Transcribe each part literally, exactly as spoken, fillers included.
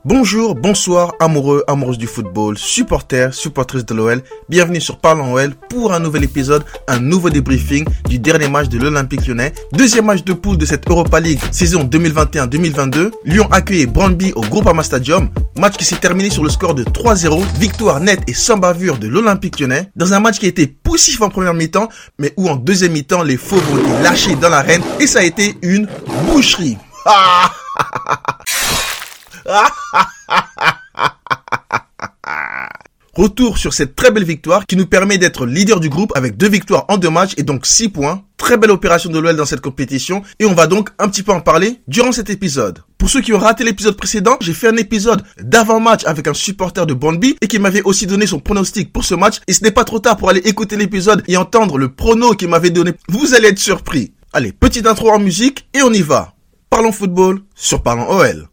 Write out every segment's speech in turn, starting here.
Bonjour, bonsoir, amoureux, amoureuses du football, supporters, supportrices de l'O L. Bienvenue sur Parlons O L pour un nouvel épisode, un nouveau débriefing du dernier match de l'Olympique Lyonnais. Deuxième match de poule de cette Europa League saison deux mille vingt et un deux mille vingt-deux. Lyon accueillait Brøndby au Groupama Stadium. Match qui s'est terminé sur le score de trois zéro. Victoire nette et sans bavure de l'Olympique Lyonnais. Dans un match qui a été poussif en première mi-temps, mais où en deuxième mi-temps, les fauves ont été lâchés dans l'arène et ça a été une boucherie. Ah Retour sur cette très belle victoire qui nous permet d'être leader du groupe avec deux victoires en deux matchs et donc six points. Très belle opération de l'O L dans cette compétition et on va donc un petit peu en parler durant cet épisode. Pour ceux qui ont raté l'épisode précédent, j'ai fait un épisode d'avant-match avec un supporter de Brøndby et qui m'avait aussi donné son pronostic pour ce match et ce n'est pas trop tard pour aller écouter l'épisode et entendre le prono qu'il m'avait donné. Vous allez être surpris. Allez, petite intro en musique et on y va. Parlons football sur Parlons O L.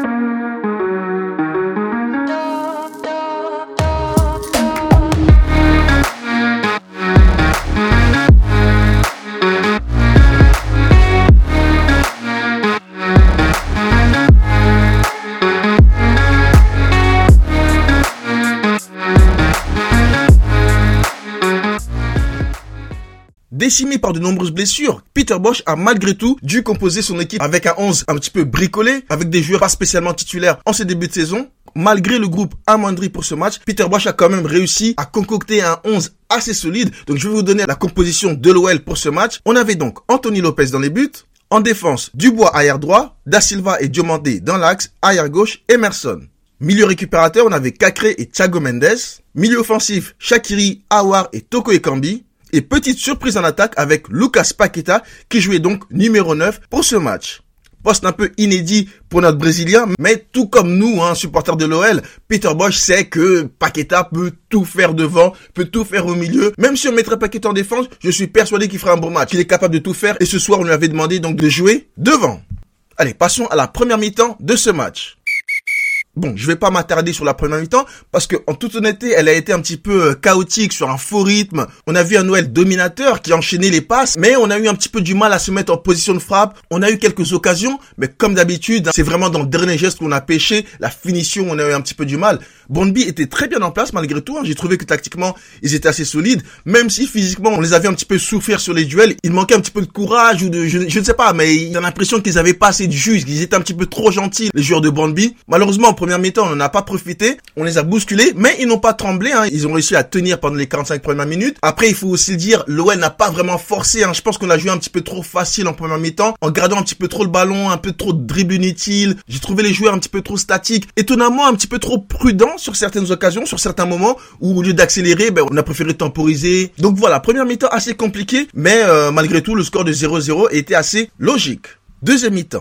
Décimé par de nombreuses blessures, Peter Bosz a malgré tout dû composer son équipe avec un onze un petit peu bricolé, avec des joueurs pas spécialement titulaires en ses débuts de saison. Malgré le groupe amoindri pour ce match, Peter Bosz a quand même réussi à concocter un onze assez solide. Donc je vais vous donner la composition de l'O L pour ce match. On avait donc Anthony Lopez dans les buts. En défense, Dubois arrière droit, Da Silva et Diomandé dans l'axe, arrière gauche, Emerson. Milieu récupérateur, on avait Cacré et Thiago Mendes. Milieu offensif, Shaqiri, Aouar et Toko Ekambi. Et petite surprise en attaque avec Lucas Paqueta qui jouait donc numéro neuf pour ce match. Poste un peu inédit pour notre Brésilien, mais tout comme nous, hein, supporters de l'O L, Peter Bosz sait que Paqueta peut tout faire devant, peut tout faire au milieu. Même si on mettrait Paqueta en défense, je suis persuadé qu'il fera un bon match. Il est capable de tout faire et ce soir on lui avait demandé donc de jouer devant. Allez, passons à la première mi-temps de ce match. Bon, je vais pas m'attarder sur la première mi-temps parce que, en toute honnêteté, elle a été un petit peu euh, chaotique sur un faux rythme. On a vu un O L dominateur qui enchaînait les passes, mais on a eu un petit peu du mal à se mettre en position de frappe. On a eu quelques occasions, mais comme d'habitude, c'est vraiment dans le dernier geste qu'on a pêché. La finition, on a eu un petit peu du mal. Brøndby était très bien en place malgré tout. Hein. J'ai trouvé que tactiquement, ils étaient assez solides, même si physiquement, on les avait un petit peu souffrir sur les duels. Il manquait un petit peu de courage ou de, je, je ne sais pas, mais il y a l'impression qu'ils avaient pas assez de jus, qu'ils étaient un petit peu trop gentils, les joueurs de Brøndby. Malheureusement, en première mi-temps, on n'en a pas profité. On les a bousculés, mais ils n'ont pas tremblé. Hein. Ils ont réussi à tenir pendant les quarante-cinq premières minutes. Après, il faut aussi le dire, l'O L n'a pas vraiment forcé. Hein. Je pense qu'on a joué un petit peu trop facile en première mi-temps, en gardant un petit peu trop le ballon, un peu trop de dribble inutile. J'ai trouvé les joueurs un petit peu trop statiques, étonnamment un petit peu trop prudents sur certaines occasions, sur certains moments où au lieu d'accélérer, ben, on a préféré temporiser. Donc voilà, première mi-temps assez compliquée, mais euh, malgré tout, le score de zéro zéro était assez logique. Deuxième mi-temps.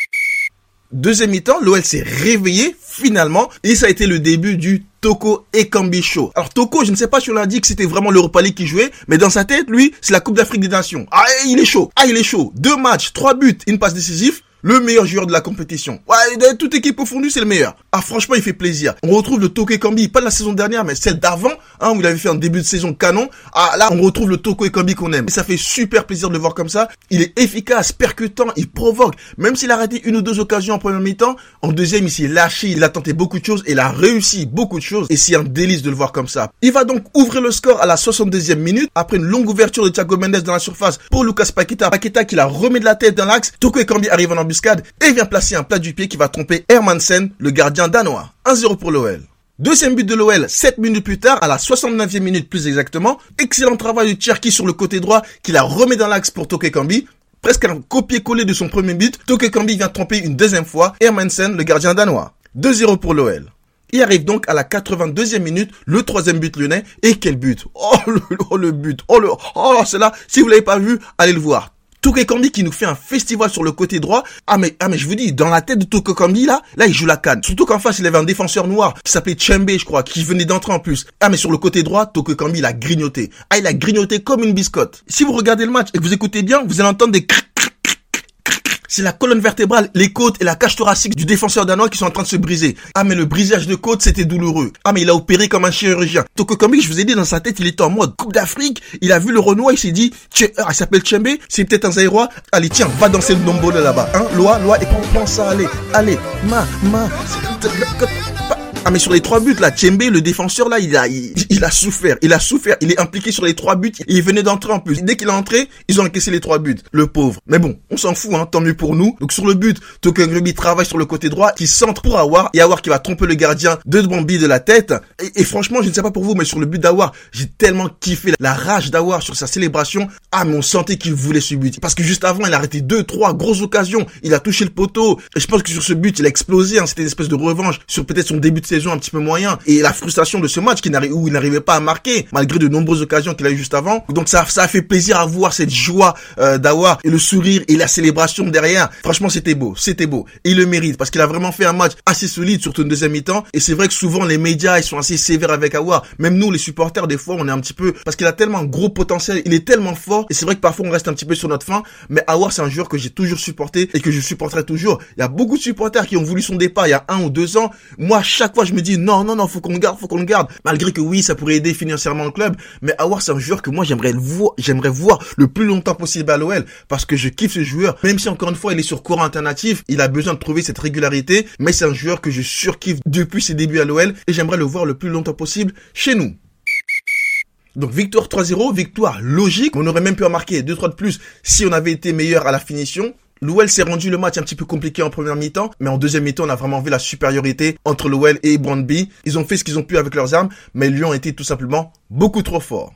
Deuxième mi-temps, l'O L s'est réveillé finalement et ça a été le début du Toko Ekambi Show. Alors Toko, je ne sais pas si on a dit que c'était vraiment l'Europa League qui jouait, mais dans sa tête, lui, c'est la Coupe d'Afrique des Nations. Ah, il est chaud. Ah, il est chaud. Deux matchs, trois buts, une passe décisive. Le meilleur joueur de la compétition. Ouais, de toute équipe confondue, c'est le meilleur. Ah, franchement, il fait plaisir. On retrouve le Toko Ekambi, pas de la saison dernière, mais celle d'avant, hein, où il avait fait un début de saison canon. Ah, là, on retrouve le Toko Ekambi qu'on aime. Et ça fait super plaisir de le voir comme ça. Il est efficace, percutant, il provoque. Même s'il a raté une ou deux occasions en première mi-temps, en deuxième, il s'est lâché, il a tenté beaucoup de choses et il a réussi beaucoup de choses. Et c'est un délice de le voir comme ça. Il va donc ouvrir le score à la soixante-deuxième minute, après une longue ouverture de Thiago Mendes dans la surface pour Lucas Paqueta. Paqueta qui la remet de la tête dans l'axe. Toko Ekambi arrive en embuscade et vient placer un plat du pied qui va tromper Hermansen, le gardien danois. un zéro pour l'O L. Deuxième but de l'O L, sept minutes plus tard, à la soixante-neuvième minute plus exactement. Excellent travail de Cherki sur le côté droit, qui la remet dans l'axe pour Toko Ekambi. Presque un copier-coller de son premier but. Toko Ekambi vient tromper une deuxième fois Hermansen, le gardien danois. deux zéro pour l'O L. Il arrive donc à la quatre-vingt-deuxième minute, le troisième but lyonnais. Et quel but! Oh le, oh, le but! Oh le, oh c'est là, si vous l'avez pas vu, allez le voir. Toko Ekambi qui nous fait un festival sur le côté droit. Ah mais, ah mais je vous dis, dans la tête de Toko Ekambi là, là il joue la canne. Surtout qu'en face il avait un défenseur noir qui s'appelait Tchembe je crois, qui venait d'entrer en plus. Ah mais sur le côté droit, Toko Ekambi il a grignoté. Ah il a grignoté comme une biscotte. Si vous regardez le match et que vous écoutez bien, vous allez entendre des cric. c'est la colonne vertébrale, les côtes et la cage thoracique du défenseur danois qui sont en train de se briser. Ah mais le brisage de côte, c'était douloureux. Ah mais il a opéré comme un chirurgien. Toko Ekambi, je vous ai dit, dans sa tête, il était en mode Coupe d'Afrique, il a vu le Renoir, il s'est dit, ah, il s'appelle Tchembe, c'est peut-être un Zaïrois, allez tiens, va danser le Ndombolo là-bas, hein, Loa, Loa, et prends ça, allez, allez, ma, ma, ah mais sur les trois buts là, Tchembe, le défenseur là, il a, il, il a souffert, il a souffert, il est impliqué sur les trois buts, il venait d'entrer en plus. Dès qu'il est entré, ils ont encaissé les trois buts, le pauvre. Mais bon, on s'en fout, hein, tant mieux pour nous. Donc sur le but, Toko Ekambi travaille sur le côté droit, qui centre pour Aouar, et Aouar qui va tromper le gardien de Bambi de la tête. Et, et franchement, je ne sais pas pour vous, mais sur le but d'Aouar, j'ai tellement kiffé la rage d'Aouar sur sa célébration. Ah mais on sentait qu'il voulait ce but, parce que juste avant, il a arrêté deux, trois grosses occasions, il a touché le poteau. Et je pense que sur ce but, il a explosé, hein, c'était une espèce de revanche sur peut-être son début de saison un petit peu moyen. Et la frustration de ce match qui n'arrive, où il n'arrivait pas à marquer, malgré de nombreuses occasions qu'il a eu juste avant. Donc ça, ça a fait plaisir à voir cette joie euh, d'Aouar et le sourire et la célébration derrière. Franchement, c'était beau, c'était beau. Et il le mérite parce qu'il a vraiment fait un match assez solide, surtout une deuxième mi-temps. Et c'est vrai que souvent les médias, ils sont assez sévères avec Aouar. Même nous, les supporters, des fois, on est un petit peu, parce qu'il a tellement un gros potentiel, il est tellement fort. Et c'est vrai que parfois, on reste un petit peu sur notre faim. Mais Aouar, c'est un joueur que j'ai toujours supporté et que je supporterai toujours. Il y a beaucoup de supporters qui ont voulu son départ il y a un ou deux ans. Moi, à chaque fois, je me dis non, non, non, faut qu'on le garde, faut qu'on le garde. Malgré que oui, ça pourrait aider financièrement le club, mais Aouar, c'est un joueur que moi j'aimerais le voir, j'aimerais voir le plus longtemps possible à l'O L, parce que je kiffe ce joueur. Même si encore une fois il est sur courant alternatif, il a besoin de trouver cette régularité, mais c'est un joueur que je surkiffe depuis ses débuts à l'O L et j'aimerais le voir le plus longtemps possible chez nous. Donc victoire trois zéro, victoire logique. On aurait même pu en marquer deux trois de plus si on avait été meilleur à la finition. L'O L s'est rendu le match un petit peu compliqué en première mi-temps, mais en deuxième mi-temps, on a vraiment vu la supériorité entre l'O L et Brøndby. Ils ont fait ce qu'ils ont pu avec leurs armes, mais Lyon était tout simplement beaucoup trop fort.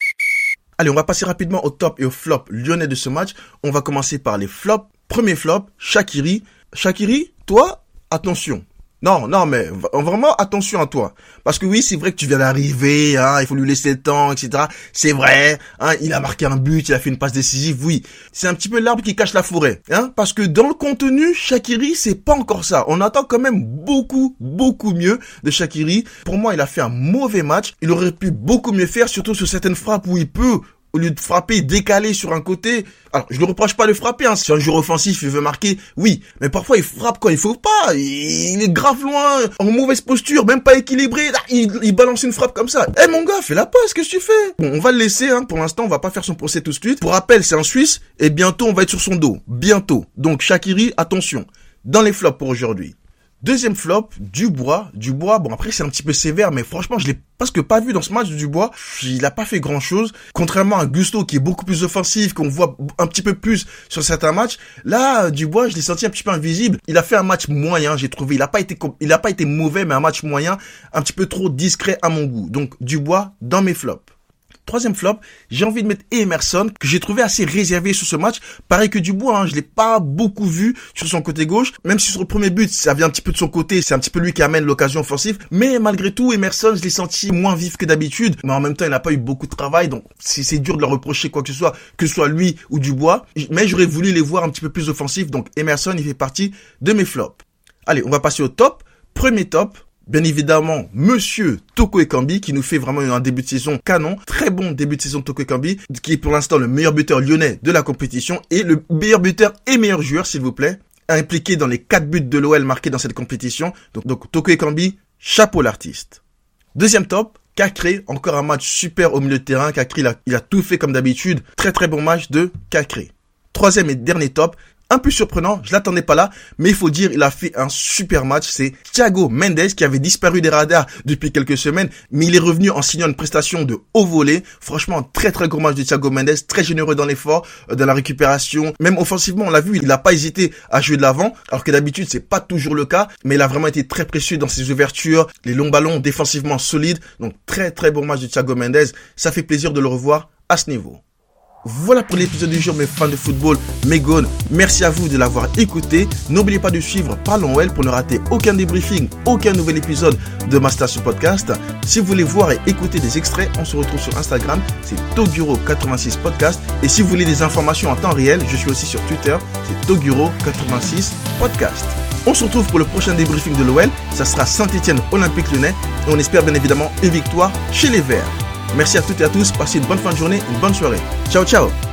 Allez, on va passer rapidement au top et au flop lyonnais de ce match. On va commencer par les flops. Premier flop, Shaqiri. Shaqiri, toi, attention. Non, non, mais vraiment attention à toi. Parce que oui, c'est vrai que tu viens d'arriver, hein, il faut lui laisser le temps, et cetera. C'est vrai, hein, il a marqué un but, il a fait une passe décisive, oui. C'est un petit peu l'arbre qui cache la forêt, hein. Parce que dans le contenu, Shaqiri, c'est pas encore ça. On attend quand même beaucoup, beaucoup mieux de Shaqiri. Pour moi, il a fait un mauvais match. Il aurait pu beaucoup mieux faire, surtout sur certaines frappes où il peut, au lieu de frapper, décaler sur un côté. Alors, je ne reproche pas de frapper, hein. Si un joueur offensif, il veut marquer, oui. Mais parfois, il frappe quand il faut pas. Il est grave loin, en mauvaise posture, même pas équilibré. Il, il balance une frappe comme ça. Eh, mon gars, fais la passe, qu'est-ce que tu fais? Bon, on va le laisser, hein. Pour l'instant, on va pas faire son procès tout de suite. Pour rappel, c'est un Suisse, et bientôt, on va être sur son dos. Bientôt. Donc, Shaqiri, attention. Dans les flops pour aujourd'hui. Deuxième flop, Dubois. Dubois, bon après c'est un petit peu sévère, mais franchement je l'ai presque pas vu dans ce match de Dubois. Il a pas fait grand chose. Contrairement à Gusto qui est beaucoup plus offensif, qu'on voit un petit peu plus sur certains matchs. Là, Dubois, je l'ai senti un petit peu invisible. Il a fait un match moyen, j'ai trouvé. Il a pas été, il a pas été mauvais, mais un match moyen, un petit peu trop discret à mon goût. Donc Dubois dans mes flops. Troisième flop, j'ai envie de mettre Emerson, que j'ai trouvé assez réservé sur ce match. Pareil que Dubois, hein, je l'ai pas beaucoup vu sur son côté gauche. Même si sur le premier but, ça vient un petit peu de son côté, c'est un petit peu lui qui amène l'occasion offensive. Mais malgré tout, Emerson, je l'ai senti moins vif que d'habitude. Mais en même temps, il n'a pas eu beaucoup de travail, donc c'est, c'est dur de leur reprocher quoi que ce soit, que ce soit lui ou Dubois. Mais j'aurais voulu les voir un petit peu plus offensifs, donc Emerson, il fait partie de mes flops. Allez, on va passer au top. Premier top. Bien évidemment, Monsieur Toko Ekambi, qui nous fait vraiment un début de saison canon. Très bon début de saison de Toko Ekambi, qui est pour l'instant le meilleur buteur lyonnais de la compétition et le meilleur buteur et meilleur joueur, s'il vous plaît, impliqué dans les quatre buts de l'O L marqués dans cette compétition. Donc, donc Toko Ekambi, chapeau l'artiste. Deuxième top, Cacré, encore un match super au milieu de terrain. Cacré, il a, il a tout fait comme d'habitude. Très très bon match de Cacré. Troisième et dernier top, un peu surprenant, je l'attendais pas là, mais il faut dire, il a fait un super match. C'est Thiago Mendes qui avait disparu des radars depuis quelques semaines, mais il est revenu en signant une prestation de haut volet. Franchement, très très gros match de Thiago Mendes, très généreux dans l'effort, dans la récupération. Même offensivement, on l'a vu, il n'a pas hésité à jouer de l'avant, alors que d'habitude, c'est pas toujours le cas, mais il a vraiment été très précieux dans ses ouvertures, les longs ballons défensivement solides. Donc très très bon match de Thiago Mendes. Ça fait plaisir de le revoir à ce niveau. Voilà pour l'épisode du jour, mes fans de football, mes goals. Merci à vous de l'avoir écouté. N'oubliez pas de suivre Parlons O L pour ne rater aucun débriefing, aucun nouvel épisode de Master Podcast. Si vous voulez voir et écouter des extraits, on se retrouve sur Instagram, c'est Toguro quatre-vingt-six Podcast. Et si vous voulez des informations en temps réel, je suis aussi sur Twitter, c'est Toguro quatre-vingt-six Podcast. On se retrouve pour le prochain débriefing de l'O L. Ça sera Saint-Etienne Olympique Lyonnais et on espère bien évidemment une victoire chez les Verts. Merci à toutes et à tous, passez une bonne fin de journée, une bonne soirée. Ciao, ciao.